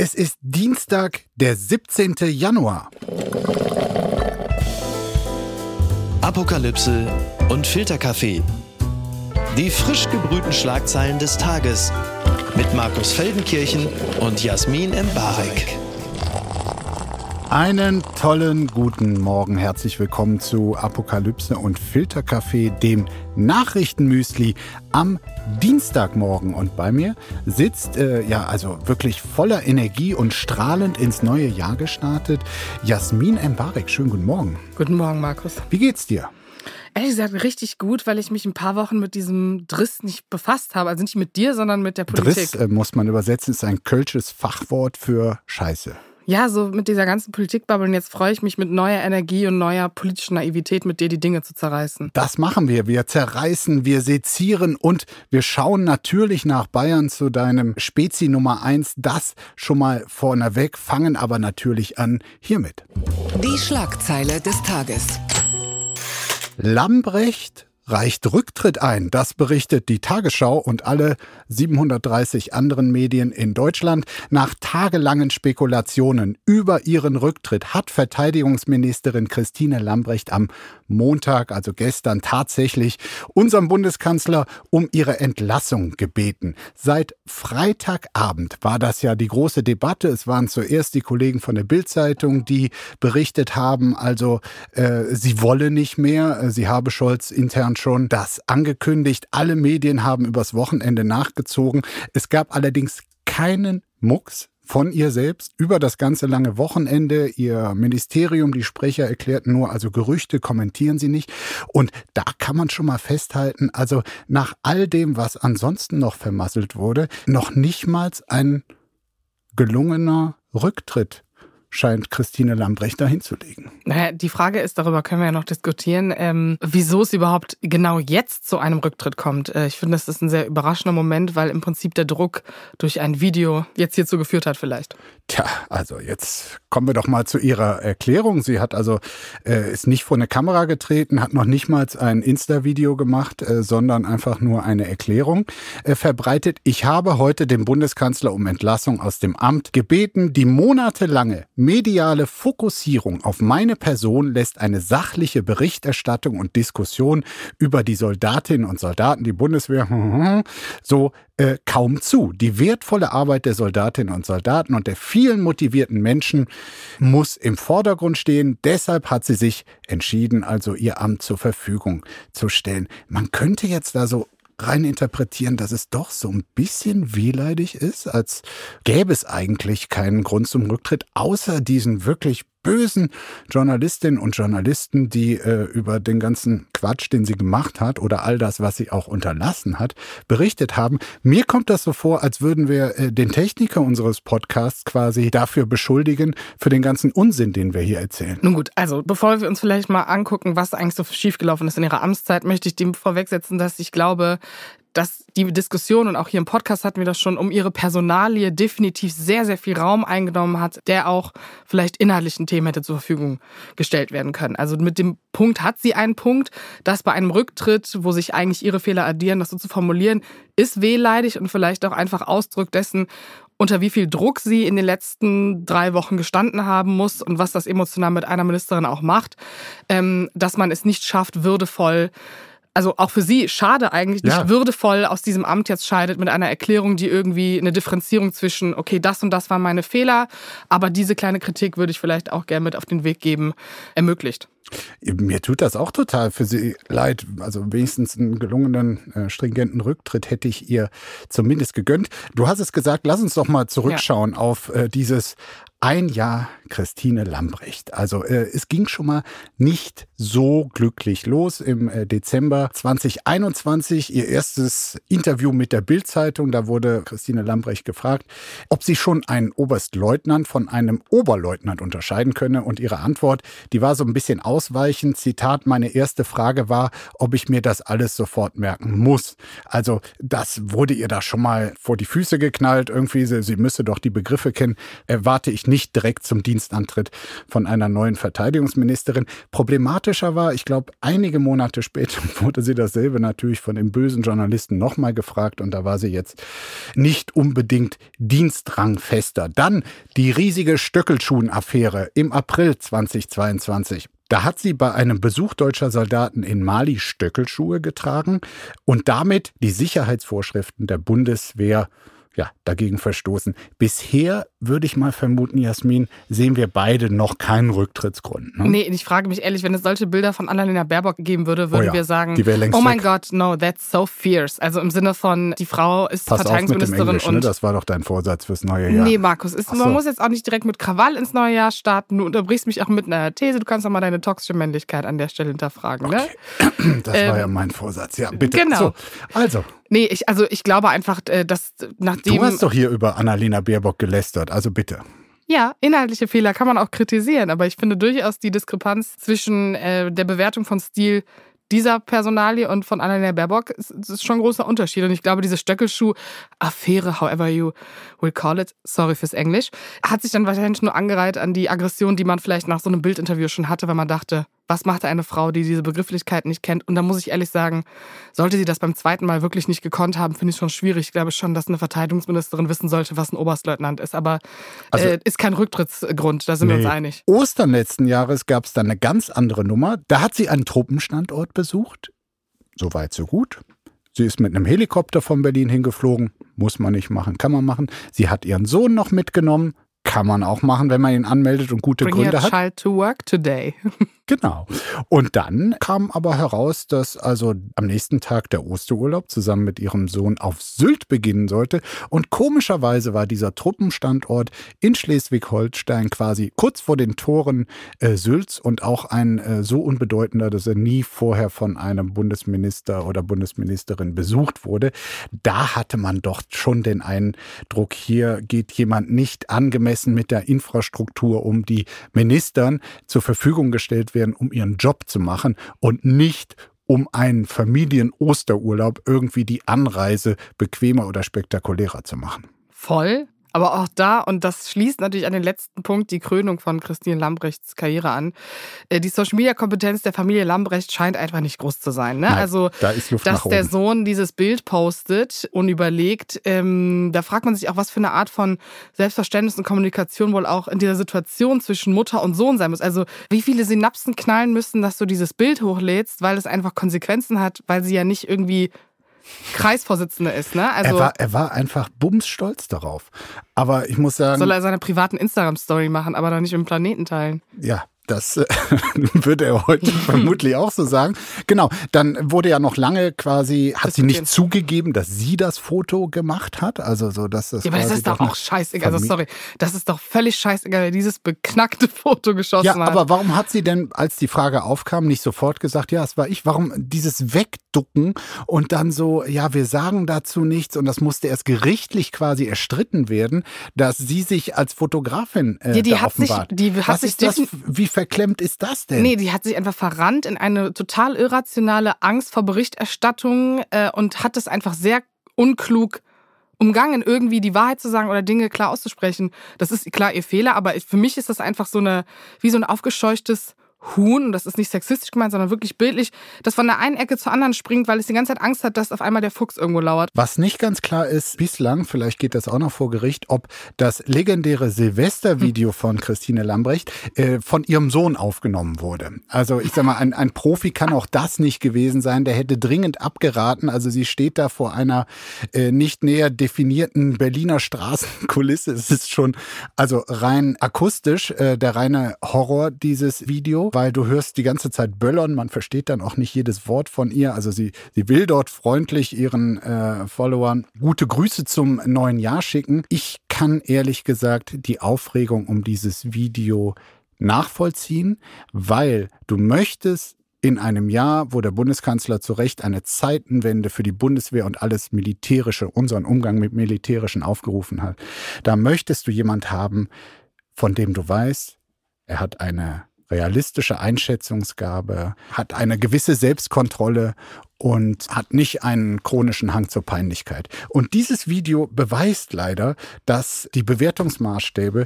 Es ist Dienstag, der 17. Januar. Apokalypse und Filterkaffee. Die frisch gebrühten Schlagzeilen des Tages mit Markus Feldenkirchen und Jasmin Mbarek. Einen tollen guten Morgen. Herzlich willkommen zu Apokalypse und Filterkaffee, dem Nachrichtenmüsli am Dienstagmorgen. Und bei mir sitzt, wirklich voller Energie und strahlend ins neue Jahr gestartet, Jasmin Mbarek. Schönen guten Morgen. Guten Morgen, Markus. Wie geht's dir? Ehrlich gesagt richtig gut, weil ich mich ein paar Wochen mit diesem Driss nicht befasst habe. Also nicht mit dir, sondern mit der Politik. Driss, muss man übersetzen, ist ein kölsches Fachwort für Scheiße. Ja, so mit dieser ganzen Politikbubble. Und jetzt freue ich mich mit neuer Energie und neuer politischer Naivität, mit dir die Dinge zu zerreißen. Das machen wir. Wir zerreißen, wir sezieren und wir schauen natürlich nach Bayern zu deinem Spezi Nummer 1. Das schon mal vorneweg, fangen aber natürlich an hiermit. Die Schlagzeile des Tages. Lambrecht reicht Rücktritt ein. Das berichtet die Tagesschau und alle 730 anderen Medien in Deutschland. Nach tagelangen Spekulationen über ihren Rücktritt hat Verteidigungsministerin Christine Lambrecht am Montag, also gestern, tatsächlich unserem Bundeskanzler um ihre Entlassung gebeten. Seit Freitagabend war das ja die große Debatte. Es waren zuerst die Kollegen von der Bild-Zeitung, die berichtet haben, sie wolle nicht mehr. Sie habe Scholz intern schon das angekündigt. Alle Medien haben übers Wochenende nachgezogen. Es gab allerdings keinen Mucks von ihr selbst über das ganze lange Wochenende. Ihr Ministerium, die Sprecher erklärten nur, also Gerüchte kommentieren sie nicht. Und da kann man schon mal festhalten, also nach all dem, was ansonsten noch vermasselt wurde, noch nicht mal ein gelungener Rücktritt scheint Christine Lambrecht da hinzulegen. Naja, die Frage ist, darüber können wir ja noch diskutieren, wieso es überhaupt genau jetzt zu einem Rücktritt kommt. Ich finde, das ist ein sehr überraschender Moment, weil im Prinzip der Druck durch ein Video jetzt hierzu geführt hat vielleicht. Tja, also jetzt kommen wir doch mal zu ihrer Erklärung. Sie hat ist nicht vor eine Kamera getreten, hat noch nicht mal ein Insta-Video gemacht, sondern einfach nur eine Erklärung verbreitet. Ich habe heute den Bundeskanzler um Entlassung aus dem Amt gebeten. Die monatelange mediale Fokussierung auf meine Person lässt eine sachliche Berichterstattung und Diskussion über die Soldatinnen und Soldaten, die Bundeswehr, kaum zu. Die wertvolle Arbeit der Soldatinnen und Soldaten und der vielen motivierten Menschen muss im Vordergrund stehen. Deshalb hat sie sich entschieden, also ihr Amt zur Verfügung zu stellen. Man könnte jetzt da so rein interpretieren, dass es doch so ein bisschen wehleidig ist, als gäbe es eigentlich keinen Grund zum Rücktritt, außer diesen wirklich bösen Journalistinnen und Journalisten, die über den ganzen Quatsch, den sie gemacht hat oder all das, was sie auch unterlassen hat, berichtet haben. Mir kommt das so vor, als würden wir den Techniker unseres Podcasts quasi dafür beschuldigen, für den ganzen Unsinn, den wir hier erzählen. Nun gut, also bevor wir uns vielleicht mal angucken, was eigentlich so schiefgelaufen ist in ihrer Amtszeit, möchte ich dem vorwegsetzen, dass ich glaube, dass die Diskussion, und auch hier im Podcast hatten wir das schon, um ihre Personalie definitiv sehr, sehr viel Raum eingenommen hat, der auch vielleicht inhaltlichen Themen hätte zur Verfügung gestellt werden können. Also mit dem Punkt hat sie einen Punkt, dass bei einem Rücktritt, wo sich eigentlich ihre Fehler addieren, das so zu formulieren, ist wehleidig und vielleicht auch einfach Ausdruck dessen, unter wie viel Druck sie in den letzten 3 Wochen gestanden haben muss und was das emotional mit einer Ministerin auch macht, dass man es nicht schafft, würdevoll, also auch für sie schade eigentlich, nicht würdevoll aus diesem Amt jetzt scheidet mit einer Erklärung, die irgendwie eine Differenzierung zwischen, okay, das und das waren meine Fehler, aber diese kleine Kritik würde ich vielleicht auch gerne mit auf den Weg geben, ermöglicht. Mir tut das auch total für sie leid. Also wenigstens einen gelungenen, stringenten Rücktritt hätte ich ihr zumindest gegönnt. Du hast es gesagt, lass uns doch mal zurückschauen auf dieses ein Jahr Christine Lambrecht. Also es ging schon mal nicht so glücklich los. Im Dezember 2021 ihr erstes Interview mit der Bild-Zeitung. Da wurde Christine Lambrecht gefragt, ob sie schon einen Oberstleutnant von einem Oberleutnant unterscheiden könne. Und ihre Antwort, die war so ein bisschen ausweichend. Zitat, meine erste Frage war, ob ich mir das alles sofort merken muss. Also das wurde ihr da schon mal vor die Füße geknallt. Irgendwie, sie müsse doch die Begriffe kennen. Erwarte ich nicht direkt zum Dienstantritt von einer neuen Verteidigungsministerin. Problematischer war, ich glaube, einige Monate später wurde sie dasselbe natürlich von dem bösen Journalisten nochmal gefragt und da war sie jetzt nicht unbedingt dienstrangfester. Dann die riesige Stöckelschuhen-Affäre im April 2022. Da hat sie bei einem Besuch deutscher Soldaten in Mali Stöckelschuhe getragen und damit die Sicherheitsvorschriften der Bundeswehr dagegen verstoßen. Bisher würde ich mal vermuten, Jasmin, sehen wir beide noch keinen Rücktrittsgrund. Ne? Nee, ich frage mich ehrlich, wenn es solche Bilder von Annalena Baerbock geben würde, würden wir sagen, oh mein Gott, no, that's so fierce. Also im Sinne von, die Frau ist Verteidigungsministerin. Pass auf mit dem Englisch, ne? Das war doch dein Vorsatz fürs neue Jahr. Nee, Markus, man muss jetzt auch nicht direkt mit Krawall ins neue Jahr starten. Du unterbrichst mich auch mit einer These, du kannst auch mal deine toxische Männlichkeit an der Stelle hinterfragen. Okay. Ne? Das war ja mein Vorsatz, ja, bitte. Genau. So, also. Nee, ich glaube einfach, dass nachdem... Du hast doch hier über Annalena Baerbock gelästert, also bitte. Ja, inhaltliche Fehler kann man auch kritisieren, aber ich finde durchaus die Diskrepanz zwischen der Bewertung von Stil dieser Personalie und von Annalena Baerbock ist schon ein großer Unterschied. Und ich glaube, diese Stöckelschuh-Affäre, however you will call it, sorry fürs Englisch, hat sich dann wahrscheinlich nur angereiht an die Aggression, die man vielleicht nach so einem Bildinterview schon hatte, weil man dachte, was macht eine Frau, die diese Begrifflichkeit nicht kennt? Und da muss ich ehrlich sagen, sollte sie das beim zweiten Mal wirklich nicht gekonnt haben, finde ich schon schwierig. Ich glaube schon, dass eine Verteidigungsministerin wissen sollte, was ein Oberstleutnant ist. Aber ist kein Rücktrittsgrund, da sind wir uns einig. Ostern letzten Jahres gab es dann eine ganz andere Nummer. Da hat sie einen Truppenstandort besucht. So weit, so gut. Sie ist mit einem Helikopter von Berlin hingeflogen. Muss man nicht machen, kann man machen. Sie hat ihren Sohn noch mitgenommen. Kann man auch machen, wenn man ihn anmeldet und gute Gründe hat. Bring your child to work today. Genau. Und dann kam aber heraus, dass also am nächsten Tag der Osterurlaub zusammen mit ihrem Sohn auf Sylt beginnen sollte. Und komischerweise war dieser Truppenstandort in Schleswig-Holstein quasi kurz vor den Toren Sylts und auch ein so unbedeutender, dass er nie vorher von einem Bundesminister oder Bundesministerin besucht wurde. Da hatte man doch schon den Eindruck, hier geht jemand nicht angemessen mit der Infrastruktur um, die Ministern zur Verfügung gestellt werden, um ihren Job zu machen und nicht um einen Familien-Osterurlaub irgendwie die Anreise bequemer oder spektakulärer zu machen. Voll. Aber auch da, und das schließt natürlich an den letzten Punkt, die Krönung von Christine Lambrechts Karriere an, die Social-Media-Kompetenz der Familie Lambrecht scheint einfach nicht groß zu sein. Ne? Nein, also, da ist Luft dass nach oben. Der Sohn dieses Bild postet, unüberlegt, da fragt man sich auch, was für eine Art von Selbstverständnis und Kommunikation wohl auch in dieser Situation zwischen Mutter und Sohn sein muss. Also wie viele Synapsen knallen müssen, dass du dieses Bild hochlädst, weil es einfach Konsequenzen hat, weil sie ja nicht irgendwie Kreisvorsitzende ist, ne? Also er war einfach bumsstolz darauf. Aber ich muss sagen... Soll er seine privaten Instagram-Story machen, aber dann nicht mit dem Planeten teilen? Ja, das würde er heute vermutlich auch so sagen. Genau, dann wurde ja noch lange quasi, hat sie nicht zugegeben, dass sie das Foto gemacht hat. Also so, dass das. Ja, aber das ist doch auch scheißegal. Also sorry, das ist doch völlig scheißegal, wer dieses beknackte Foto geschossen hat. Ja, aber warum hat sie denn, als die Frage aufkam, nicht sofort gesagt, ja, es war ich? Warum dieses Wegducken und dann so, ja, wir sagen dazu nichts und das musste erst gerichtlich quasi erstritten werden, dass sie sich als Fotografin offenbart. Wie verklemmt ist das denn? Nee, die hat sich einfach verrannt in eine total irrationale Angst vor Berichterstattung und hat es einfach sehr unklug umgangen, irgendwie die Wahrheit zu sagen oder Dinge klar auszusprechen. Das ist klar ihr Fehler, aber für mich ist das einfach wie so ein aufgescheuchtes Huhn, und das ist nicht sexistisch gemeint, sondern wirklich bildlich, das von der einen Ecke zur anderen springt, weil es die ganze Zeit Angst hat, dass auf einmal der Fuchs irgendwo lauert. Was nicht ganz klar ist, bislang, vielleicht geht das auch noch vor Gericht, ob das legendäre Silvestervideo von Christine Lambrecht von ihrem Sohn aufgenommen wurde. Also ich sag mal, ein Profi kann auch das nicht gewesen sein, der hätte dringend abgeraten. Also sie steht da vor einer nicht näher definierten Berliner Straßenkulisse. Es ist schon also rein akustisch der reine Horror, dieses Video. Weil du hörst die ganze Zeit böllern, man versteht dann auch nicht jedes Wort von ihr. Also sie will dort freundlich ihren Followern gute Grüße zum neuen Jahr schicken. Ich kann ehrlich gesagt die Aufregung um dieses Video nachvollziehen, weil du möchtest in einem Jahr, wo der Bundeskanzler zu Recht eine Zeitenwende für die Bundeswehr und alles Militärische, unseren Umgang mit Militärischen aufgerufen hat, da möchtest du jemand haben, von dem du weißt, er hat eine realistische Einschätzungsgabe, hat eine gewisse Selbstkontrolle und hat nicht einen chronischen Hang zur Peinlichkeit. Und dieses Video beweist leider, dass die Bewertungsmaßstäbe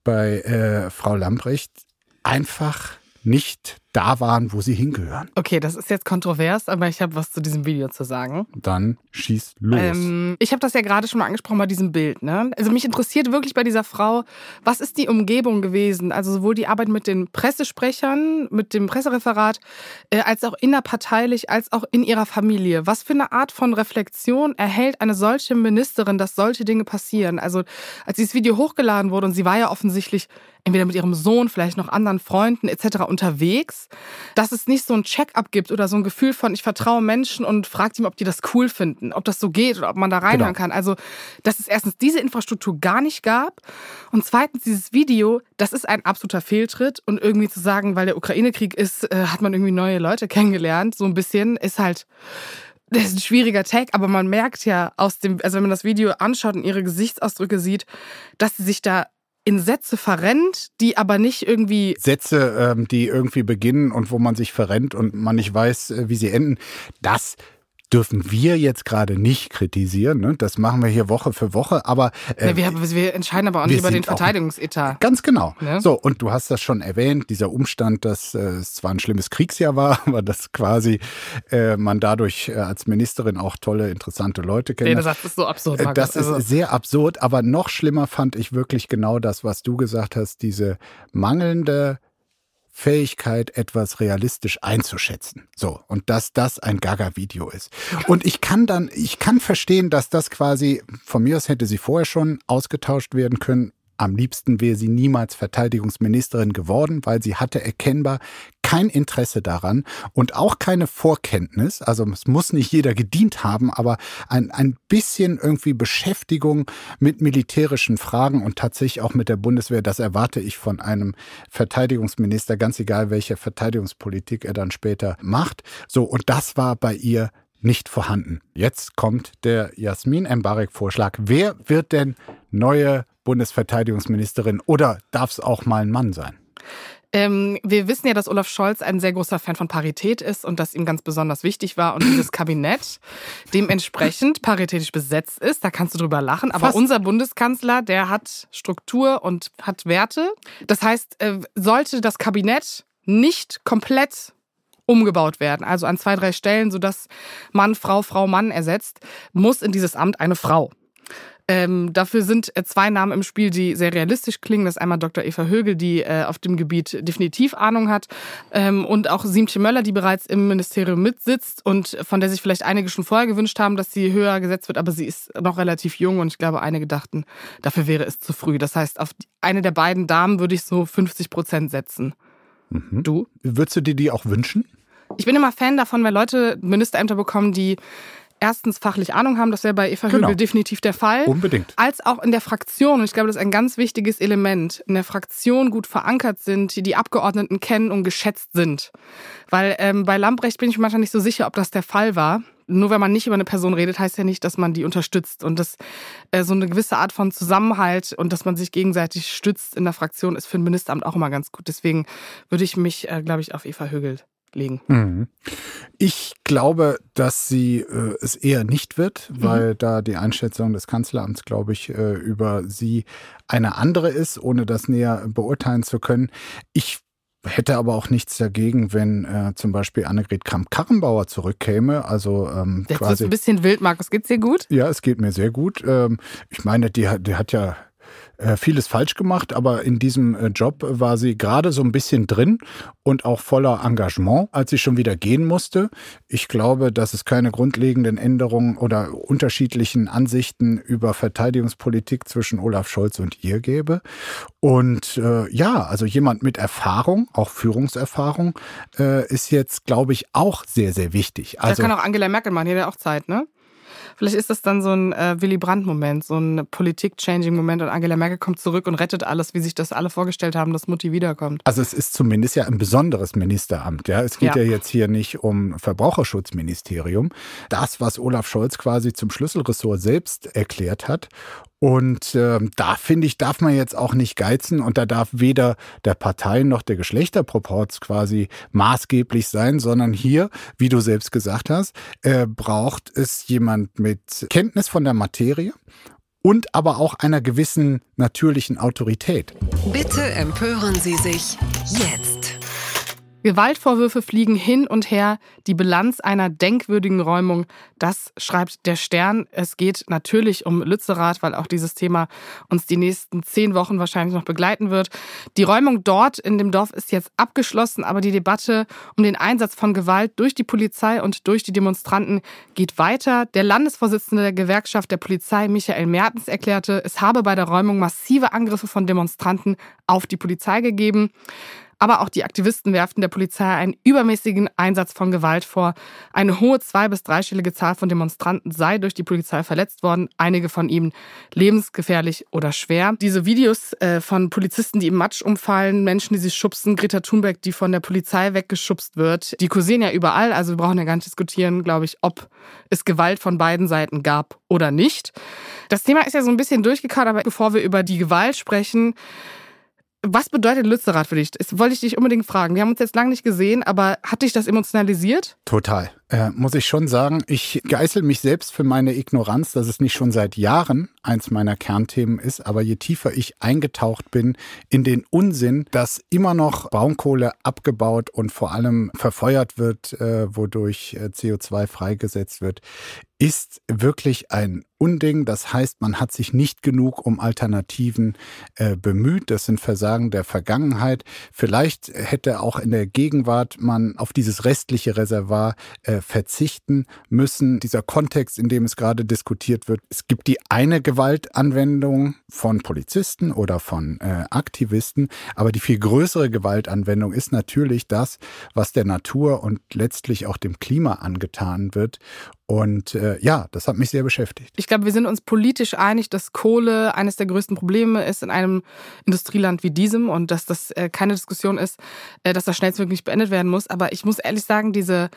bei Frau Lambrecht einfach nicht da waren, wo sie hingehören. Okay, das ist jetzt kontrovers, aber ich habe was zu diesem Video zu sagen. Dann schieß los. Ich habe das ja gerade schon mal angesprochen bei diesem Bild. Ne? Also mich interessiert wirklich bei dieser Frau, was ist die Umgebung gewesen? Also sowohl die Arbeit mit den Pressesprechern, mit dem Pressereferat, als auch innerparteilich, als auch in ihrer Familie. Was für eine Art von Reflexion erhält eine solche Ministerin, dass solche Dinge passieren? Also als dieses Video hochgeladen wurde und sie war ja offensichtlich entweder mit ihrem Sohn, vielleicht noch anderen Freunden etc. unterwegs, dass es nicht so ein Check-up gibt oder so ein Gefühl von, ich vertraue Menschen und fragt ihm, ob die das cool finden, ob das so geht oder ob man da reinhören kann. Also, dass es erstens diese Infrastruktur gar nicht gab und zweitens dieses Video, das ist ein absoluter Fehltritt und irgendwie zu sagen, weil der Ukraine-Krieg ist, hat man irgendwie neue Leute kennengelernt, so ein bisschen, ist halt... Das ist ein schwieriger Tag, aber man merkt ja aus dem, also wenn man das Video anschaut und ihre Gesichtsausdrücke sieht, dass sie sich da in Sätze verrennt, die aber nicht irgendwie... Sätze, die irgendwie beginnen und wo man sich verrennt und man nicht weiß, wie sie enden, das dürfen wir jetzt gerade nicht kritisieren. Ne? Das machen wir hier Woche für Woche. Aber wir entscheiden aber auch nicht über den Verteidigungsetat. Ganz genau. Ne? So, und du hast das schon erwähnt, dieser Umstand, dass es zwar ein schlimmes Kriegsjahr war, aber dass quasi man dadurch als Ministerin auch tolle, interessante Leute kennt. Das ist so absurd, Markus. Das ist sehr absurd, aber noch schlimmer fand ich wirklich genau das, was du gesagt hast, diese mangelnde Fähigkeit, etwas realistisch einzuschätzen. So, und dass das ein Gaga-Video ist. Und ich kann verstehen, dass das quasi, von mir aus hätte sie vorher schon ausgetauscht werden können. Am liebsten wäre sie niemals Verteidigungsministerin geworden, weil sie hatte erkennbar kein Interesse daran und auch keine Vorkenntnis. Also es muss nicht jeder gedient haben, aber ein bisschen irgendwie Beschäftigung mit militärischen Fragen und tatsächlich auch mit der Bundeswehr, das erwarte ich von einem Verteidigungsminister, ganz egal, welche Verteidigungspolitik er dann später macht. So, und das war bei ihr nicht vorhanden. Jetzt kommt der Jasmin Embarek-Vorschlag. Wer wird denn neue Bundesverteidigungsministerin oder darf es auch mal ein Mann sein? Wir wissen ja, dass Olaf Scholz ein sehr großer Fan von Parität ist und das ihm ganz besonders wichtig war und dieses Kabinett dementsprechend paritätisch besetzt ist. Da kannst du drüber lachen. Aber unser Bundeskanzler, der hat Struktur und hat Werte. Das heißt, sollte das Kabinett nicht komplett umgebaut werden, also an 2, 3 Stellen, sodass Mann, Frau, Mann ersetzt, muss in dieses Amt eine Frau. Dafür sind 2 Namen im Spiel, die sehr realistisch klingen. Das ist einmal Dr. Eva Högel, die auf dem Gebiet definitiv Ahnung hat, und auch Siemtje Möller, die bereits im Ministerium mitsitzt und von der sich vielleicht einige schon vorher gewünscht haben, dass sie höher gesetzt wird, aber sie ist noch relativ jung und ich glaube, einige dachten, dafür wäre es zu früh. Das heißt, auf eine der beiden Damen würde ich so 50% setzen. Mhm. Du? Würdest du dir die auch wünschen? Ich bin immer Fan davon, wenn Leute Ministerämter bekommen, die erstens fachlich Ahnung haben, das wäre bei Eva Högel definitiv der Fall. Unbedingt. Als auch in der Fraktion, und ich glaube, das ist ein ganz wichtiges Element, in der Fraktion gut verankert sind, die Abgeordneten kennen und geschätzt sind. Weil bei Lambrecht bin ich mir manchmal nicht so sicher, ob das der Fall war. Nur wenn man nicht über eine Person redet, heißt ja nicht, dass man die unterstützt. Und das so eine gewisse Art von Zusammenhalt und dass man sich gegenseitig stützt in der Fraktion ist für ein Ministeramt auch immer ganz gut. Deswegen würde ich mich, glaube ich, auf Eva Högel legen. Mhm. Ich glaube, dass sie es eher nicht wird, weil da die Einschätzung des Kanzleramts, glaube ich, über sie eine andere ist, ohne das näher beurteilen zu können. Ich hätte aber auch nichts dagegen, wenn zum Beispiel Annegret Kramp-Karrenbauer zurückkäme. Also jetzt ist ein bisschen wild, Markus. Geht's dir gut? Ja, es geht mir sehr gut. Ich meine, die hat ja vieles falsch gemacht, aber in diesem Job war sie gerade so ein bisschen drin und auch voller Engagement, als sie schon wieder gehen musste. Ich glaube, dass es keine grundlegenden Änderungen oder unterschiedlichen Ansichten über Verteidigungspolitik zwischen Olaf Scholz und ihr gäbe. Und also jemand mit Erfahrung, auch Führungserfahrung, ist jetzt, glaube ich, auch sehr, sehr wichtig. Also, das kann auch Angela Merkel machen, die hat ja auch Zeit, ne? Vielleicht ist das dann so ein Willy Brandt-Moment, so ein Politik-Changing-Moment und Angela Merkel kommt zurück und rettet alles, wie sich das alle vorgestellt haben, dass Mutti wiederkommt. Also es ist zumindest ja ein besonderes Ministeramt. Ja? Es geht ja jetzt hier nicht um Verbraucherschutzministerium. Das, was Olaf Scholz quasi zum Schlüsselressort selbst erklärt hat. Und da finde ich, darf man jetzt auch nicht geizen und da darf weder der Partei noch der Geschlechterproporz quasi maßgeblich sein, sondern hier, wie du selbst gesagt hast, braucht es jemand mit Kenntnis von der Materie und aber auch einer gewissen natürlichen Autorität. Bitte empören Sie sich jetzt. Gewaltvorwürfe fliegen hin und her, die Bilanz einer denkwürdigen Räumung, das schreibt der Stern. Es geht natürlich um Lützerath, weil auch dieses Thema uns die nächsten 10 Wochen wahrscheinlich noch begleiten wird. Die Räumung dort in dem Dorf ist jetzt abgeschlossen, aber die Debatte um den Einsatz von Gewalt durch die Polizei und durch die Demonstranten geht weiter. Der Landesvorsitzende der Gewerkschaft der Polizei, Michael Mertens, erklärte, es habe bei der Räumung massive Angriffe von Demonstranten auf die Polizei gegeben. Aber auch die Aktivisten werfen der Polizei einen übermäßigen Einsatz von Gewalt vor. Eine hohe 2- bis 3-stellige Zahl von Demonstranten sei durch die Polizei verletzt worden. Einige von ihnen lebensgefährlich oder schwer. Diese Videos von Polizisten, die im Matsch umfallen, Menschen, die sich schubsen, Greta Thunberg, die von der Polizei weggeschubst wird, die kursieren ja überall. Also wir brauchen ja gar nicht diskutieren, glaube ich, ob es Gewalt von beiden Seiten gab oder nicht. Das Thema ist ja so ein bisschen durchgekaut, aber bevor wir über die Gewalt sprechen, was bedeutet Lützerath für dich? Das wollte ich dich unbedingt fragen. Wir haben uns jetzt lange nicht gesehen, aber hat dich das emotionalisiert? Total. Muss ich schon sagen, ich geißel mich selbst für meine Ignoranz, dass es nicht schon seit Jahren eins meiner Kernthemen ist. Aber je tiefer ich eingetaucht bin in den Unsinn, dass immer noch Braunkohle abgebaut und vor allem verfeuert wird, wodurch CO2 freigesetzt wird, ist wirklich ein Unding. Das heißt, man hat sich nicht genug um Alternativen bemüht. Das sind Versagen der Vergangenheit. Vielleicht hätte auch in der Gegenwart man auf dieses restliche Reservoir verzichten müssen. Dieser Kontext, in dem es gerade diskutiert wird, es gibt die eine Gewaltanwendung von Polizisten oder von Aktivisten, aber die viel größere Gewaltanwendung ist natürlich das, was der Natur und letztlich auch dem Klima angetan wird. Und ja, das hat mich sehr beschäftigt. Ich glaube, wir sind uns politisch einig, dass Kohle eines der größten Probleme ist in einem Industrieland wie diesem und dass das keine Diskussion ist, dass das schnellstmöglich beendet werden muss. Aber ich muss ehrlich sagen, diese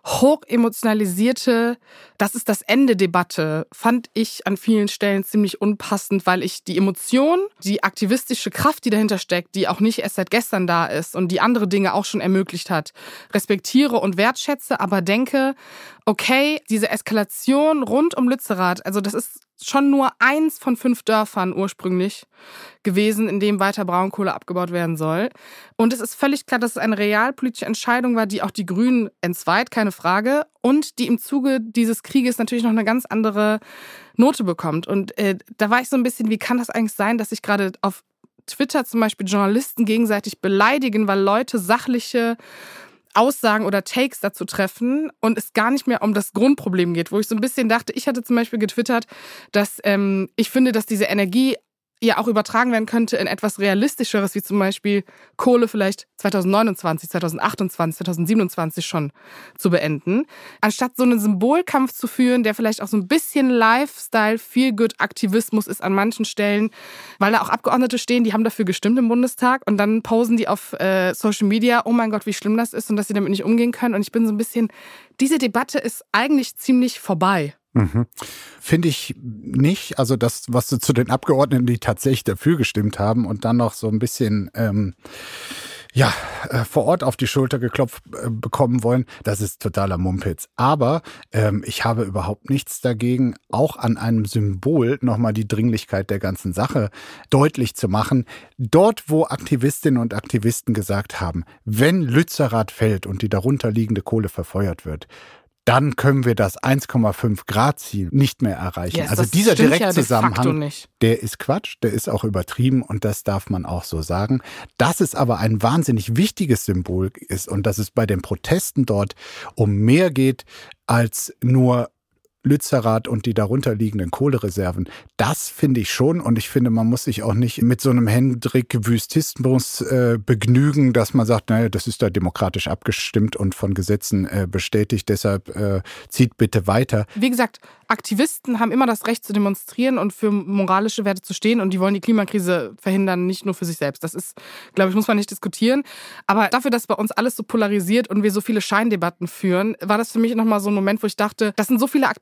hochemotionalisierte, das ist das Ende-Debatte, fand ich an vielen Stellen ziemlich unpassend, weil ich die Emotion, die aktivistische Kraft, die dahinter steckt, die auch nicht erst seit gestern da ist und die andere Dinge auch schon ermöglicht hat, respektiere und wertschätze, aber denke, okay, diese Eskalation rund um Lützerath, also das ist schon nur 1 von 5 Dörfern ursprünglich gewesen, in dem weiter Braunkohle abgebaut werden soll. Und es ist völlig klar, dass es eine realpolitische Entscheidung war, die auch die Grünen entzweit, keine Frage, und die im Zuge dieses Krieges natürlich noch eine ganz andere Note bekommt. Und da war ich so ein bisschen, wie kann das eigentlich sein, dass sich gerade auf Twitter zum Beispiel Journalisten gegenseitig beleidigen, weil Leute sachliche Aussagen oder Takes dazu treffen und es gar nicht mehr um das Grundproblem geht, wo ich so ein bisschen dachte, ich hatte zum Beispiel getwittert, dass ich finde, dass diese Energie ja auch übertragen werden könnte in etwas Realistischeres, wie zum Beispiel Kohle vielleicht 2029, 2028, 2027 schon zu beenden, anstatt so einen Symbolkampf zu führen, der vielleicht auch so ein bisschen Lifestyle, Feel-Good-Aktivismus ist an manchen Stellen, weil da auch Abgeordnete stehen, die haben dafür gestimmt im Bundestag und dann posen die auf Social Media, oh mein Gott, wie schlimm das ist und dass sie damit nicht umgehen können und ich bin so ein bisschen, diese Debatte ist eigentlich ziemlich vorbei. Mhm. Finde ich nicht. Also das, was du zu den Abgeordneten, die tatsächlich dafür gestimmt haben und dann noch so ein bisschen vor Ort auf die Schulter geklopft bekommen wollen, das ist totaler Mumpitz. Aber ich habe überhaupt nichts dagegen, auch an einem Symbol nochmal die Dringlichkeit der ganzen Sache deutlich zu machen. Dort, wo Aktivistinnen und Aktivisten gesagt haben, wenn Lützerath fällt und die darunter liegende Kohle verfeuert wird, dann können wir das 1,5 Grad Ziel nicht mehr erreichen. Yes, also dieser Direktzusammenhang, ja der ist Quatsch, der ist auch übertrieben und das darf man auch so sagen. Dass es aber ein wahnsinnig wichtiges Symbol ist und dass es bei den Protesten dort um mehr geht als nur Lützerath und die darunterliegenden Kohlereserven, das finde ich schon und ich finde, man muss sich auch nicht mit so einem Hendrik-Wüstismus begnügen, dass man sagt, naja, das ist da demokratisch abgestimmt und von Gesetzen bestätigt, deshalb zieht bitte weiter. Wie gesagt, Aktivisten haben immer das Recht zu demonstrieren und für moralische Werte zu stehen und die wollen die Klimakrise verhindern, nicht nur für sich selbst. Das ist, glaube ich, muss man nicht diskutieren. Aber dafür, dass bei uns alles so polarisiert und wir so viele Scheindebatten führen, war das für mich nochmal so ein Moment, wo ich dachte, das sind so viele Aktivisten,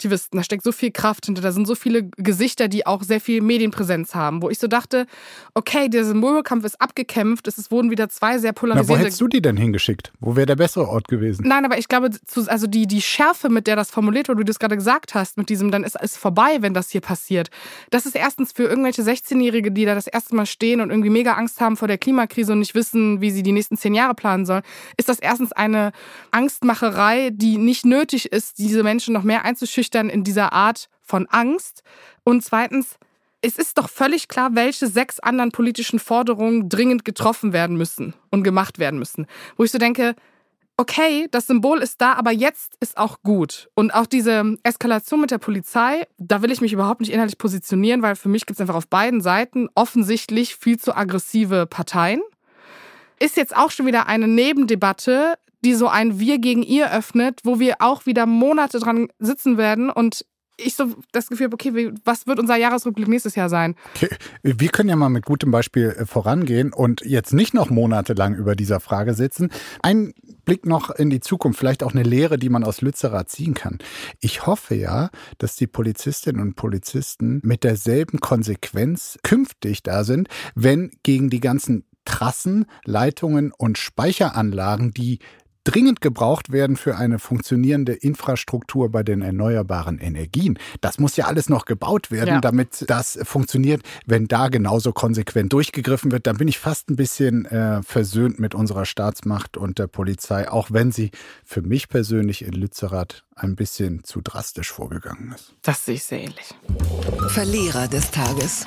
Aktivisten, da steckt so viel Kraft hinter, da sind so viele Gesichter, die auch sehr viel Medienpräsenz haben, wo ich so dachte, okay, der Symbolkampf ist abgekämpft, es wurden wieder 2 sehr polarisierende... Na, wo hättest du die denn hingeschickt? Wo wäre der bessere Ort gewesen? Nein, aber ich glaube, also die Schärfe, mit der das formuliert wurde, wie du es gerade gesagt hast, mit diesem, dann ist es vorbei, wenn das hier passiert. Das ist erstens für irgendwelche 16-Jährige, die da das erste Mal stehen und irgendwie mega Angst haben vor der Klimakrise und nicht wissen, wie sie die nächsten 10 Jahre planen sollen, ist das erstens eine Angstmacherei, die nicht nötig ist, diese Menschen noch mehr einzuschüchtern in dieser Art von Angst. Und zweitens, es ist doch völlig klar, welche 6 anderen politischen Forderungen dringend getroffen werden müssen und gemacht werden müssen. Wo ich so denke, okay, das Symbol ist da, aber jetzt ist auch gut. Und auch diese Eskalation mit der Polizei, da will ich mich überhaupt nicht inhaltlich positionieren, weil für mich gibt es einfach auf beiden Seiten offensichtlich viel zu aggressive Parteien. Ist jetzt auch schon wieder eine Nebendebatte, die so ein Wir gegen ihr öffnet, wo wir auch wieder Monate dran sitzen werden und ich so das Gefühl habe, okay, was wird unser Jahresrückblick nächstes Jahr sein? Okay. Wir können ja mal mit gutem Beispiel vorangehen und jetzt nicht noch monatelang über dieser Frage sitzen. Ein Blick noch in die Zukunft, vielleicht auch eine Lehre, die man aus Lützerath ziehen kann. Ich hoffe ja, dass die Polizistinnen und Polizisten mit derselben Konsequenz künftig da sind, wenn gegen die ganzen Trassen, Leitungen und Speicheranlagen, die dringend gebraucht werden für eine funktionierende Infrastruktur bei den erneuerbaren Energien. Das muss ja alles noch gebaut werden, damit das funktioniert. Wenn da genauso konsequent durchgegriffen wird, dann bin ich fast ein bisschen versöhnt mit unserer Staatsmacht und der Polizei, auch wenn sie für mich persönlich in Lützerath ein bisschen zu drastisch vorgegangen ist. Das sehe ich sehr ähnlich. Verlierer des Tages.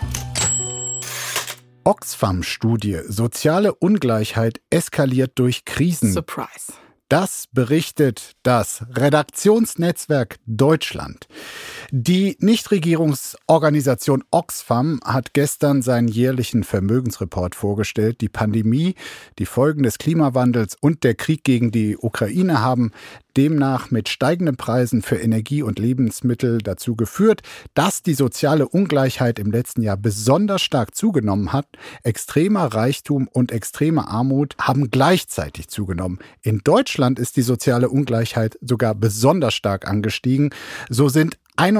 Oxfam-Studie: Soziale Ungleichheit eskaliert durch Krisen. Surprise. Das berichtet das Redaktionsnetzwerk Deutschland. Die Nichtregierungsorganisation Oxfam hat gestern seinen jährlichen Vermögensreport vorgestellt. Die Pandemie, die Folgen des Klimawandels und der Krieg gegen die Ukraine haben demnach mit steigenden Preisen für Energie und Lebensmittel dazu geführt, dass die soziale Ungleichheit im letzten Jahr besonders stark zugenommen hat. Extremer Reichtum und extreme Armut haben gleichzeitig zugenommen. In Deutschland ist die soziale Ungleichheit sogar besonders stark angestiegen. So sind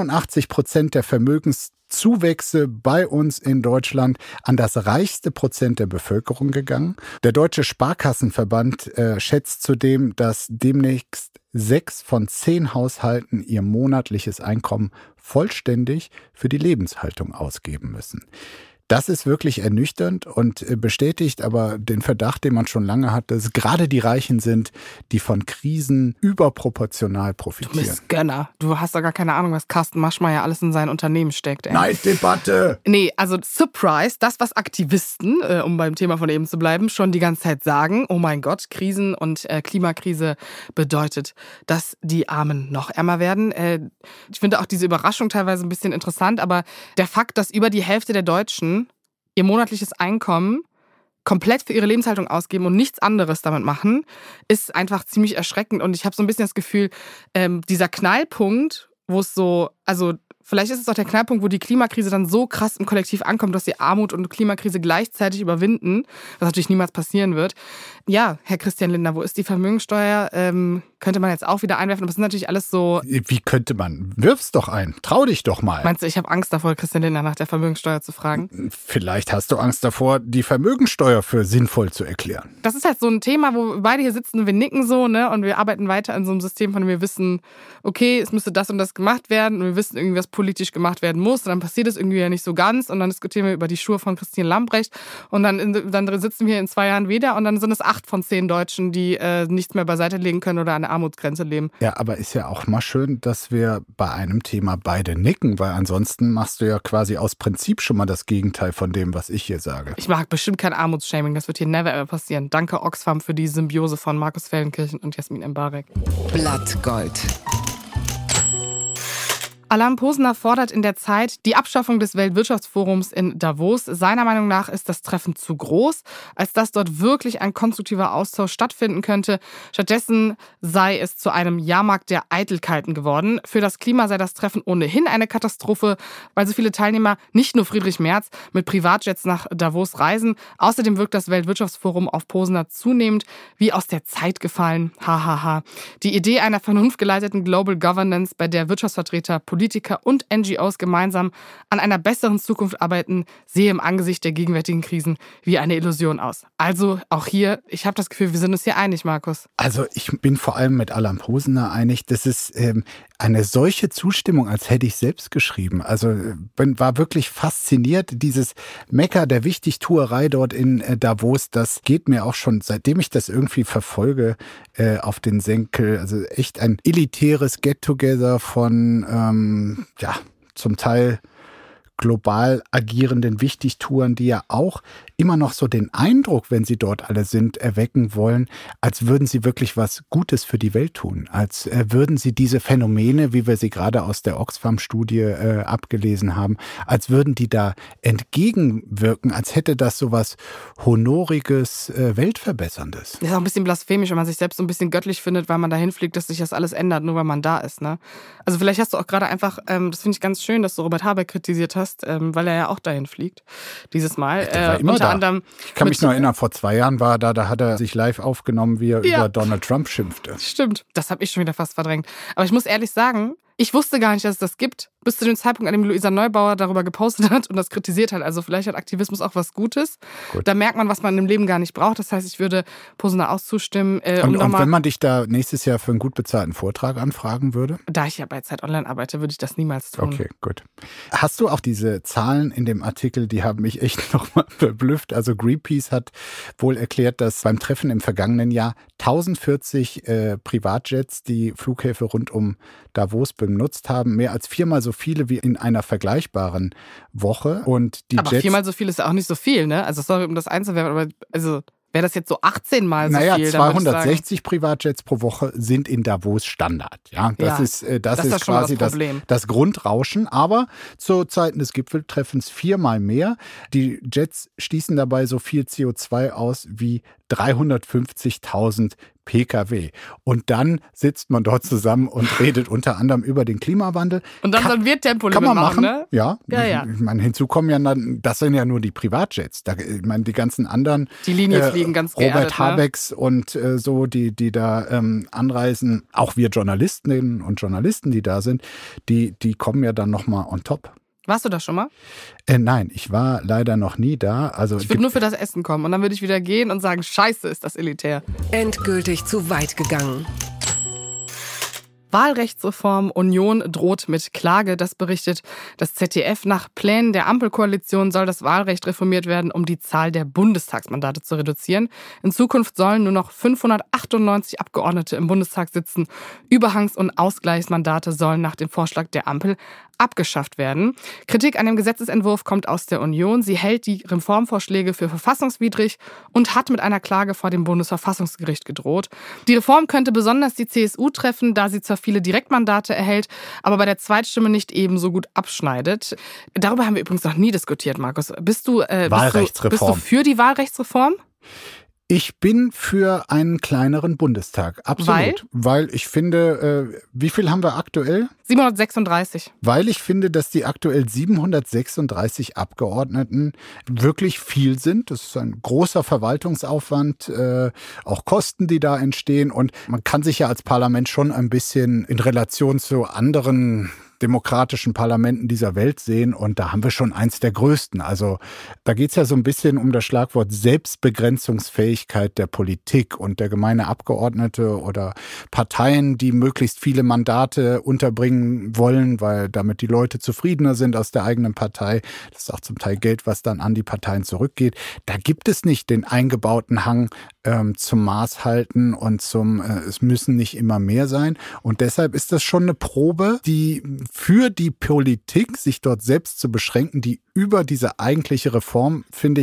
81% der Vermögenszuwächse bei uns in Deutschland an das reichste Prozent der Bevölkerung gegangen. Der Deutsche Sparkassenverband schätzt zudem, dass demnächst 6 von 10 Haushalten ihr monatliches Einkommen vollständig für die Lebenshaltung ausgeben müssen. Das ist wirklich ernüchternd und bestätigt aber den Verdacht, den man schon lange hat, dass es gerade die Reichen sind, die von Krisen überproportional profitieren. Du bist Gönner. Du hast doch gar keine Ahnung, was Carsten Maschmeyer alles in sein Unternehmen steckt. Neiddebatte! Nee, also Surprise, das, was Aktivisten, um beim Thema von eben zu bleiben, schon die ganze Zeit sagen, oh mein Gott, Krisen und Klimakrise bedeutet, dass die Armen noch ärmer werden. Ich finde auch diese Überraschung teilweise ein bisschen interessant, aber der Fakt, dass über die Hälfte der Deutschen ihr monatliches Einkommen komplett für ihre Lebenshaltung ausgeben und nichts anderes damit machen, ist einfach ziemlich erschreckend. Und ich habe so ein bisschen das Gefühl, dieser Knallpunkt, wo es so, also vielleicht ist es auch der Knackpunkt, wo die Klimakrise dann so krass im Kollektiv ankommt, dass sie Armut und Klimakrise gleichzeitig überwinden, was natürlich niemals passieren wird. Ja, Herr Christian Lindner, wo ist die Vermögensteuer? Könnte man jetzt auch wieder einwerfen, aber es sind natürlich alles so... Wie könnte man? Wirf's doch ein. Trau dich doch mal. Meinst du, ich habe Angst davor, Christian Lindner nach der Vermögensteuer zu fragen? Vielleicht hast du Angst davor, die Vermögensteuer für sinnvoll zu erklären. Das ist halt so ein Thema, wo wir beide hier sitzen und wir nicken so, ne? Und wir arbeiten weiter in so einem System, von dem wir wissen, okay, es müsste das und das gemacht werden und wir wissen irgendwie, was politisch gemacht werden muss und dann passiert es irgendwie ja nicht so ganz und dann diskutieren wir über die Schuhe von Christine Lambrecht und dann sitzen wir in 2 Jahren wieder und dann sind es 8 von 10 Deutschen, die nichts mehr beiseite legen können oder an der Armutsgrenze leben. Ja, aber ist ja auch mal schön, dass wir bei einem Thema beide nicken, weil ansonsten machst du ja quasi aus Prinzip schon mal das Gegenteil von dem, was ich hier sage. Ich mag bestimmt kein Armutsshaming, das wird hier never ever passieren. Danke Oxfam für die Symbiose von Markus Feldenkirchen und Jasmin Mbarek. Blattgold. Alain Posner fordert in der Zeit die Abschaffung des Weltwirtschaftsforums in Davos. Seiner Meinung nach ist das Treffen zu groß, als dass dort wirklich ein konstruktiver Austausch stattfinden könnte. Stattdessen sei es zu einem Jahrmarkt der Eitelkeiten geworden. Für das Klima sei das Treffen ohnehin eine Katastrophe, weil so viele Teilnehmer, nicht nur Friedrich Merz, mit Privatjets nach Davos reisen. Außerdem wirkt das Weltwirtschaftsforum auf Posner zunehmend wie aus der Zeit gefallen. Hahaha. Die Idee einer vernunftgeleiteten Global Governance, bei der Wirtschaftsvertreter, Politiker und NGOs gemeinsam an einer besseren Zukunft arbeiten, sehe im Angesicht der gegenwärtigen Krisen wie eine Illusion aus. Also auch hier, ich habe das Gefühl, wir sind uns hier einig, Markus. Also ich bin vor allem mit Alain Posner einig, das ist eine solche Zustimmung, als hätte ich selbst geschrieben. Also war wirklich fasziniert. Dieses Mekka der Wichtigtuerei dort in Davos, das geht mir auch schon, seitdem ich das irgendwie verfolge, auf den Senkel. Also echt ein elitäres Get-Together von, zum Teil global agierenden Wichtigtouren, die ja auch immer noch so den Eindruck, wenn sie dort alle sind, erwecken wollen, als würden sie wirklich was Gutes für die Welt tun, als würden sie diese Phänomene, wie wir sie gerade aus der Oxfam-Studie abgelesen haben, als würden die da entgegenwirken, als hätte das so was Honoriges, Weltverbesserndes. Das ist auch ein bisschen blasphemisch, wenn man sich selbst so ein bisschen göttlich findet, weil man dahin fliegt, dass sich das alles ändert, nur weil man da ist. Ne? Also vielleicht hast du auch gerade einfach, das finde ich ganz schön, dass du Robert Habeck kritisiert hast, weil er ja auch dahin fliegt, dieses Mal. Der war immer da. Ich kann mich noch erinnern, vor 2 Jahren war er da hat er sich live aufgenommen, wie er über Donald Trump schimpfte. Stimmt, das habe ich schon wieder fast verdrängt. Aber ich muss ehrlich sagen, ich wusste gar nicht, dass es das gibt, bis zu dem Zeitpunkt, an dem Luisa Neubauer darüber gepostet hat und das kritisiert hat. Also vielleicht hat Aktivismus auch was Gutes. Gut. Da merkt man, was man im Leben gar nicht braucht. Das heißt, ich würde Posner auch zustimmen. Und wenn man dich da nächstes Jahr für einen gut bezahlten Vortrag anfragen würde? Da ich ja bei Zeit Online arbeite, würde ich das niemals tun. Okay, gut. Hast du auch diese Zahlen in dem Artikel, die haben mich echt nochmal verblüfft. Also Greenpeace hat wohl erklärt, dass beim Treffen im vergangenen Jahr 1040 Privatjets die Flughäfen rund um Davos benutzt haben, mehr als 4-mal so viele wie in einer vergleichbaren Woche. Und die aber Jets, 4-mal so viel ist ja auch nicht so viel, ne? Also sorry, um das einzuwerfen, aber also wäre das jetzt so 18-mal so viel? Naja, 260 Privatjets pro Woche sind in Davos Standard. Ja, das ist quasi das Grundrauschen. Aber zu Zeiten des Gipfeltreffens 4-mal mehr. Die Jets stießen dabei so viel CO2 aus wie 350.000 PKW. Und dann sitzt man dort zusammen und redet unter anderem über den Klimawandel. Und dann wird Tempolimit kann man machen, ne? Ja. Ich meine, hinzu kommen ja dann, das sind ja nur die Privatjets. Ich meine, die ganzen anderen, die Linie fliegen ganz geerdet, Robert Habecks und so, die da anreisen, auch wir Journalistinnen und Journalisten, die da sind, die kommen ja dann nochmal on top. Warst du da schon mal? Nein, ich war leider noch nie da. Also ich würde nur für das Essen kommen und dann würde ich wieder gehen und sagen, scheiße, ist das elitär. Endgültig zu weit gegangen. Wahlrechtsreform, Union droht mit Klage, das berichtet das ZDF. Nach Plänen der Ampelkoalition soll das Wahlrecht reformiert werden, um die Zahl der Bundestagsmandate zu reduzieren. In Zukunft sollen nur noch 598 Abgeordnete im Bundestag sitzen. Überhangs- und Ausgleichsmandate sollen nach dem Vorschlag der Ampel abgeschafft werden. Kritik an dem Gesetzesentwurf kommt aus der Union. Sie hält die Reformvorschläge für verfassungswidrig und hat mit einer Klage vor dem Bundesverfassungsgericht gedroht. Die Reform könnte besonders die CSU treffen, da sie zwar viele Direktmandate erhält, aber bei der Zweitstimme nicht ebenso gut abschneidet. Darüber haben wir übrigens noch nie diskutiert, Markus. Bist du für die Wahlrechtsreform? Ich bin für einen kleineren Bundestag, absolut. Weil ich finde, wie viel haben wir aktuell? 736. Weil ich finde, dass die aktuell 736 Abgeordneten wirklich viel sind. Das ist ein großer Verwaltungsaufwand, auch Kosten, die da entstehen. Und man kann sich ja als Parlament schon ein bisschen in Relation zu anderen demokratischen Parlamenten dieser Welt sehen und da haben wir schon eins der größten. Also da geht es ja so ein bisschen um das Schlagwort Selbstbegrenzungsfähigkeit der Politik und der gemeine Abgeordnete oder Parteien, die möglichst viele Mandate unterbringen wollen, weil damit die Leute zufriedener sind aus der eigenen Partei. Das ist auch zum Teil Geld, was dann an die Parteien zurückgeht. Da gibt es nicht den eingebauten Hang zum Maßhalten und es müssen nicht immer mehr sein. Und deshalb ist das schon eine Probe, die für die Politik, sich dort selbst zu beschränken, die über diese eigentliche Reform, finde ich,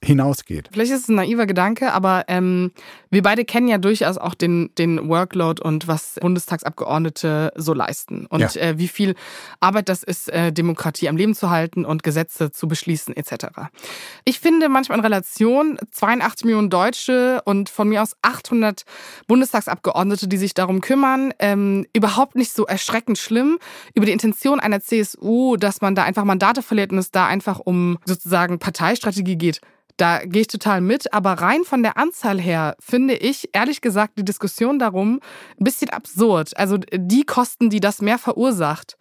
hinausgeht. Vielleicht ist es ein naiver Gedanke, aber wir beide kennen ja durchaus auch den Workload und was Bundestagsabgeordnete so leisten. Und wie viel Arbeit das ist, Demokratie am Leben zu halten und Gesetze zu beschließen etc. Ich finde manchmal in Relation 82 Millionen Deutsche und von mir aus 800 Bundestagsabgeordnete, die sich darum kümmern, überhaupt nicht so erschreckend schlimm. Über die Intention einer CSU, dass man da einfach Mandate verliert und es da einfach um sozusagen Parteistrategie geht, da gehe ich total mit. Aber rein von der Anzahl her finde ich, ehrlich gesagt, die Diskussion darum ein bisschen absurd. Also die Kosten, die das mehr verursacht,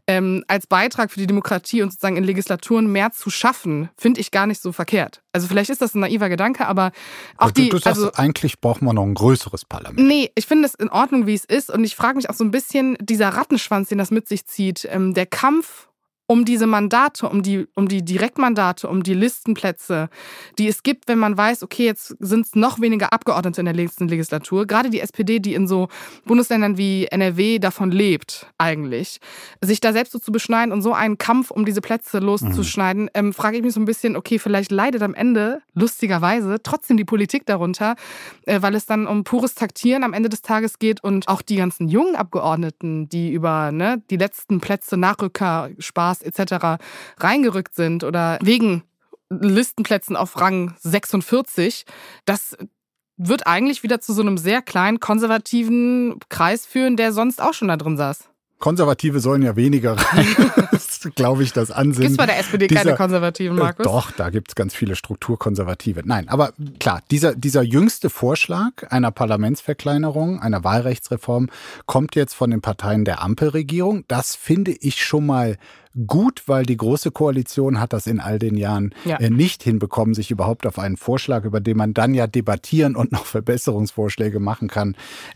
als Beitrag für die Demokratie und sozusagen in Legislaturen mehr zu schaffen, finde ich gar nicht so verkehrt. Also vielleicht ist das ein naiver Gedanke, aber auch du sagst, eigentlich braucht man noch ein größeres Parlament. Nee, ich finde es in Ordnung, wie es ist. Und ich frage mich auch so ein bisschen, dieser Rattenschwanz, den das mit sich zieht, der Kampf um diese Mandate, um die Direktmandate, um die Listenplätze, die es gibt, wenn man weiß, okay, jetzt sind es noch weniger Abgeordnete in der nächsten Legislatur. Gerade die SPD, die in so Bundesländern wie NRW davon lebt eigentlich, sich da selbst so zu beschneiden und so einen Kampf um diese Plätze loszuschneiden, frage ich mich so ein bisschen, okay, vielleicht leidet am Ende, lustigerweise, trotzdem die Politik darunter, weil es dann um pures Taktieren am Ende des Tages geht und auch die ganzen jungen Abgeordneten, die über die letzten Plätze, Nachrücker, Spaß etc. reingerückt sind oder wegen Listenplätzen auf Rang 46, das wird eigentlich wieder zu so einem sehr kleinen konservativen Kreis führen, der sonst auch schon da drin saß. Konservative sollen ja weniger rein. Das ist, glaube ich, das Ansinnen. Gibt es bei der SPD keine Konservativen, Markus? Doch, da gibt es ganz viele Strukturkonservative. Nein, aber klar, dieser jüngste Vorschlag einer Parlamentsverkleinerung, einer Wahlrechtsreform, kommt jetzt von den Parteien der Ampelregierung. Das finde ich schon mal gut, weil die Große Koalition hat das in all den Jahren nicht hinbekommen, sich überhaupt auf einen Vorschlag, über den man dann ja debattieren und noch Verbesserungsvorschläge machen kann,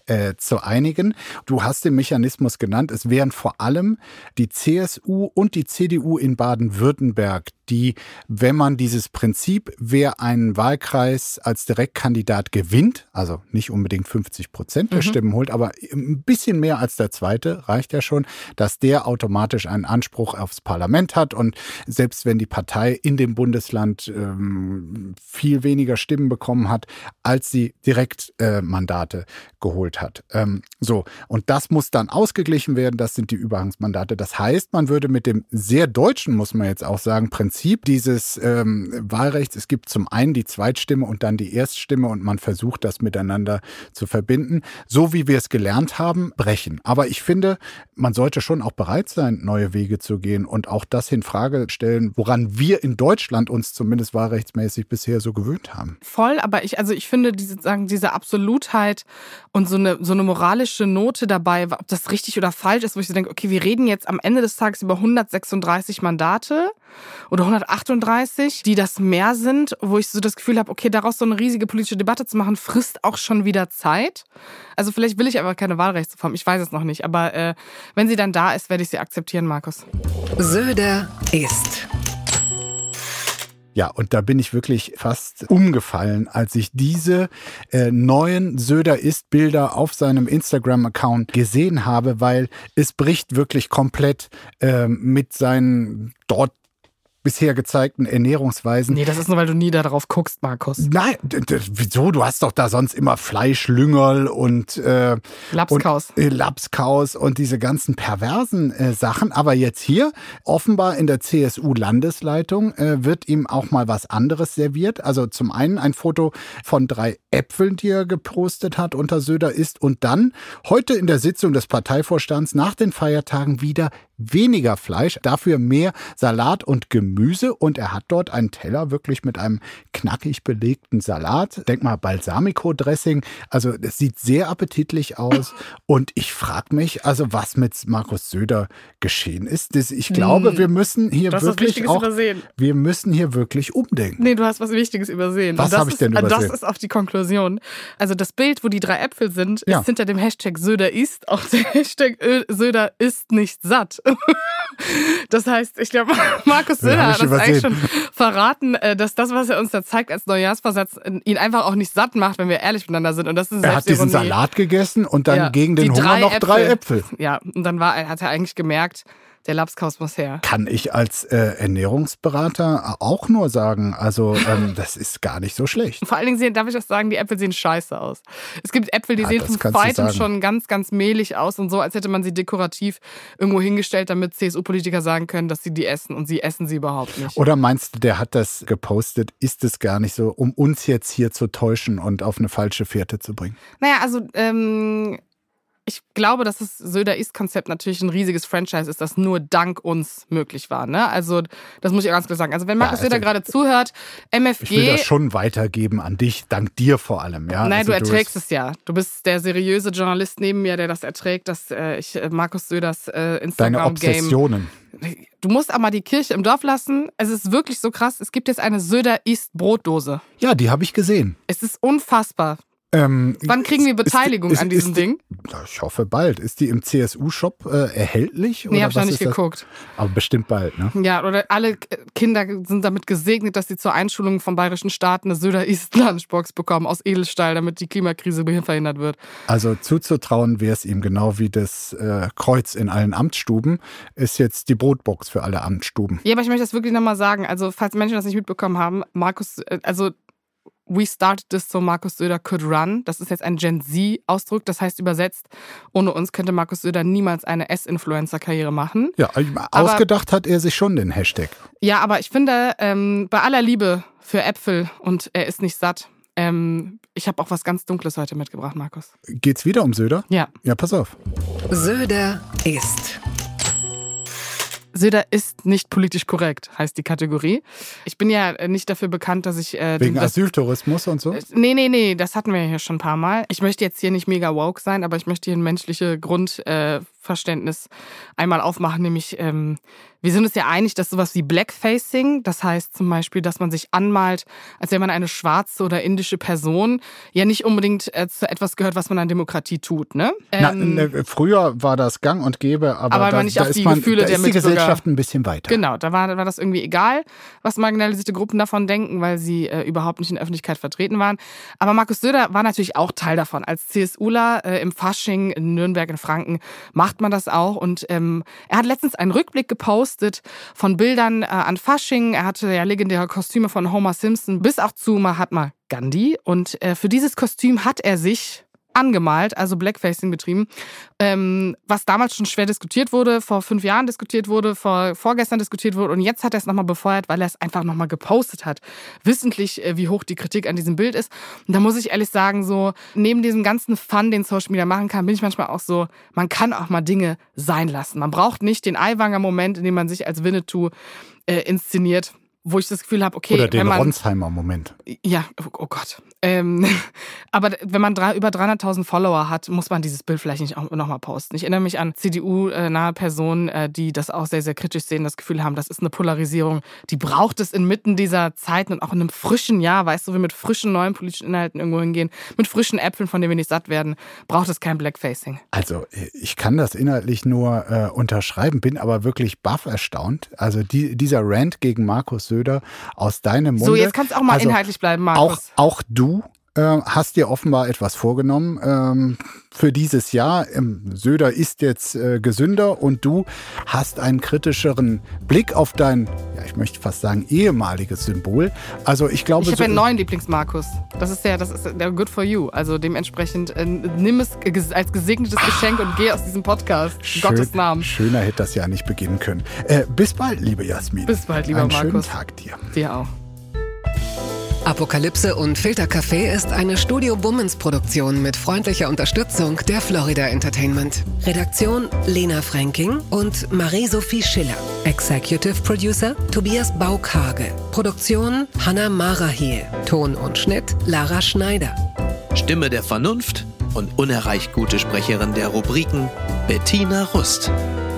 zu einigen. Du hast den Mechanismus genannt. Es wären vor allem die CSU und die CDU in Baden-Württemberg, die, wenn man dieses Prinzip, wer einen Wahlkreis als Direktkandidat gewinnt, also nicht unbedingt 50% der Stimmen holt, aber ein bisschen mehr als der zweite, reicht ja schon, dass der automatisch einen Anspruch aufs Parlament hat und selbst wenn die Partei in dem Bundesland viel weniger Stimmen bekommen hat, als sie direkt Mandate geholt hat. Und das muss dann ausgeglichen werden, das sind die Überhangsmandate. Das heißt, man würde mit dem sehr deutschen, muss man jetzt auch sagen, Prinzip dieses Wahlrechts, es gibt zum einen die Zweitstimme und dann die Erststimme und man versucht, das miteinander zu verbinden, so wie wir es gelernt haben, brechen. Aber ich finde, man sollte schon auch bereit sein, neue Wege zu gehen und auch das in Frage stellen, woran wir in Deutschland uns zumindest wahlrechtsmäßig bisher so gewöhnt haben. Voll, aber ich finde diese Absolutheit und so eine moralische Note dabei, ob das richtig oder falsch ist, wo ich so denke, okay, wir reden jetzt am Ende des Tages über 136 Mandate oder 138, die das mehr sind, wo ich so das Gefühl habe, okay, daraus so eine riesige politische Debatte zu machen, frisst auch schon wieder Zeit. Also vielleicht will ich aber keine Wahlrechtsreform, ich weiß es noch nicht, aber wenn sie dann da ist, werde ich sie akzeptieren, Markus. Söder ist. Ja, und da bin ich wirklich fast umgefallen, als ich diese neuen Söder-Ist-Bilder auf seinem Instagram-Account gesehen habe, weil es bricht wirklich komplett mit seinen dort bisher gezeigten Ernährungsweisen. Nee, das ist nur, weil du nie darauf guckst, Markus. Nein, wieso? Du hast doch da sonst immer Fleischlüngerl und Lapskaus und diese ganzen perversen Sachen. Aber jetzt hier, offenbar in der CSU-Landesleitung, wird ihm auch mal was anderes serviert. Also zum einen ein Foto von 3 Äpfeln, die er gepostet hat unter Söder ist und dann heute in der Sitzung des Parteivorstands nach den Feiertagen wieder weniger Fleisch, dafür mehr Salat und Gemüse und er hat dort einen Teller wirklich mit einem knackig belegten Salat, denk mal Balsamico-Dressing, also es sieht sehr appetitlich aus und ich frage mich, also was mit Markus Söder geschehen ist. Ich glaube, wir müssen hier wirklich umdenken. Nee, du hast was Wichtiges übersehen. Was habe ich denn übersehen? Das ist auch die Konklusion. Also das Bild, wo die 3 Äpfel sind, ist hinter dem Hashtag Söder isst, auch der Hashtag Söder isst nicht satt. Das heißt, ich glaube, Markus Söder hat uns eigentlich schon verraten, dass das, was er uns da zeigt als Neujahrsvorsatz, ihn einfach auch nicht satt macht, wenn wir ehrlich miteinander sind. Und das ist er hat diesen Salat gegessen und dann gegen den Hunger noch 3 Äpfel. Ja, und dann hat er eigentlich gemerkt, Der Lapskaus muss her. Kann ich als Ernährungsberater auch nur sagen, also das ist gar nicht so schlecht. Vor allen Dingen darf ich auch sagen, die Äpfel sehen scheiße aus. Es gibt Äpfel, die sehen vom Weitem schon ganz, ganz mehlig aus und so, als hätte man sie dekorativ irgendwo hingestellt, damit CSU-Politiker sagen können, dass sie die essen und sie essen sie überhaupt nicht. Oder meinst du, der hat das gepostet, ist es gar nicht so, um uns jetzt hier zu täuschen und auf eine falsche Fährte zu bringen? Naja, also ich glaube, dass das Söder-Ist-Konzept natürlich ein riesiges Franchise ist, das nur dank uns möglich war. Ne? Also das muss ich auch ganz klar sagen. Also wenn Markus Söder gerade zuhört, MFG... Ich will das schon weitergeben an dich, dank dir vor allem. Ja? Nein, also, du erträgst es ja. Du bist der seriöse Journalist neben mir, der das erträgt, dass ich Markus Söders Instagram-Game... Deine Obsessionen. Du musst auch mal die Kirche im Dorf lassen. Es ist wirklich so krass. Es gibt jetzt eine Söder-Ist-Brotdose. Ja, die habe ich gesehen. Es ist unfassbar. Wann kriegen wir Beteiligung an diesem Ding? Ich hoffe bald. Ist die im CSU-Shop erhältlich? Nee, hab ich noch nicht geguckt. Aber bestimmt bald, ne? Ja, oder alle Kinder sind damit gesegnet, dass sie zur Einschulung vom bayerischen Staat eine Söder-Ist-Lunchbox bekommen aus Edelstahl, damit die Klimakrise verhindert wird. Also zuzutrauen wäre es ihm, genau wie das Kreuz in allen Amtsstuben, ist jetzt die Brotbox für alle Amtsstuben. Ja, aber ich möchte das wirklich nochmal sagen. Also falls Menschen das nicht mitbekommen haben, We started this so Markus Söder could run. Das ist jetzt ein Gen Z-Ausdruck. Das heißt übersetzt, ohne uns könnte Markus Söder niemals eine S-Influencer-Karriere machen. Ja, ausgedacht hat er sich schon den Hashtag. Ja, aber ich finde, bei aller Liebe für Äpfel und er ist nicht satt, ich habe auch was ganz Dunkles heute mitgebracht, Markus. Geht's wieder um Söder? Ja. Ja, pass auf. Söder ist... Söder ist nicht politisch korrekt, heißt die Kategorie. Ich bin ja nicht dafür bekannt, dass ich... Wegen Asyltourismus und so? Nee, das hatten wir ja hier schon ein paar Mal. Ich möchte jetzt hier nicht mega woke sein, aber ich möchte hier ein menschliches Grundverständnis einmal aufmachen, nämlich... Wir sind uns ja einig, dass sowas wie Blackfacing, das heißt zum Beispiel, dass man sich anmalt, als wäre man eine schwarze oder indische Person, ja nicht unbedingt zu etwas gehört, was man an Demokratie tut, ne? Früher war das gang und gäbe, aber man nicht auf die Gefühle der ist die Gesellschaft ein bisschen weiter. Genau, da war das irgendwie egal, was marginalisierte Gruppen davon denken, weil sie überhaupt nicht in der Öffentlichkeit vertreten waren. Aber Markus Söder war natürlich auch Teil davon. Als CSUler im Fasching in Nürnberg in Franken macht man das auch und er hat letztens einen Rückblick gepostet von Bildern an Fasching. Er hatte ja legendäre Kostüme von Homer Simpson bis auch zu Mahatma Gandhi. Und für dieses Kostüm hat er sich angemalt, also Blackfacing betrieben, was damals schon schwer diskutiert wurde, vor 5 Jahren diskutiert wurde, vorgestern diskutiert wurde und jetzt hat er es nochmal befeuert, weil er es einfach nochmal gepostet hat. Wissentlich, wie hoch die Kritik an diesem Bild ist. Und da muss ich ehrlich sagen, so neben diesem ganzen Fun, den Social Media machen kann, bin ich manchmal auch so, man kann auch mal Dinge sein lassen. Man braucht nicht den Aiwanger-Moment, in dem man sich als Winnetou inszeniert, wo ich das Gefühl habe, okay... Oder den Ronsheimer-Moment. Ja, oh Gott. Aber wenn man über 300.000 Follower hat, muss man dieses Bild vielleicht nicht auch nochmal posten. Ich erinnere mich an CDU-nahe Personen, die das auch sehr, sehr kritisch sehen, das Gefühl haben, das ist eine Polarisierung, die braucht es inmitten dieser Zeiten und auch in einem frischen Jahr, weißt du, wir mit frischen neuen politischen Inhalten irgendwo hingehen, mit frischen Äpfeln, von denen wir nicht satt werden, braucht es kein Blackfacing. Also ich kann das inhaltlich nur unterschreiben, bin aber wirklich baff erstaunt. Also dieser Rant gegen Markus Söder aus deinem Munde. So, jetzt kannst du auch mal inhaltlich bleiben, Markus. Auch du hast dir offenbar etwas vorgenommen für dieses Jahr. Söder ist jetzt gesünder und du hast einen kritischeren Blick auf dein, ja, ich möchte fast sagen, ehemaliges Symbol. Also ich glaube... Ich habe einen neuen Lieblings-Markus. Das ist der Good for You. Also dementsprechend nimm es als gesegnetes Geschenk und geh aus diesem Podcast. In Gottes Namen. Schöner hätte das ja nicht beginnen können. Bis bald, liebe Jasmin. Bis bald, lieber Markus. Einen schönen Tag dir. Dir auch. Apokalypse und Filtercafé ist eine Studio Bummens Produktion mit freundlicher Unterstützung der Florida Entertainment. Redaktion Lena Fränking und Marie-Sophie Schiller. Executive Producer Tobias Baukage. Produktion Hannah Marahiel. Ton und Schnitt Lara Schneider. Stimme der Vernunft und unerreicht gute Sprecherin der Rubriken Bettina Rust.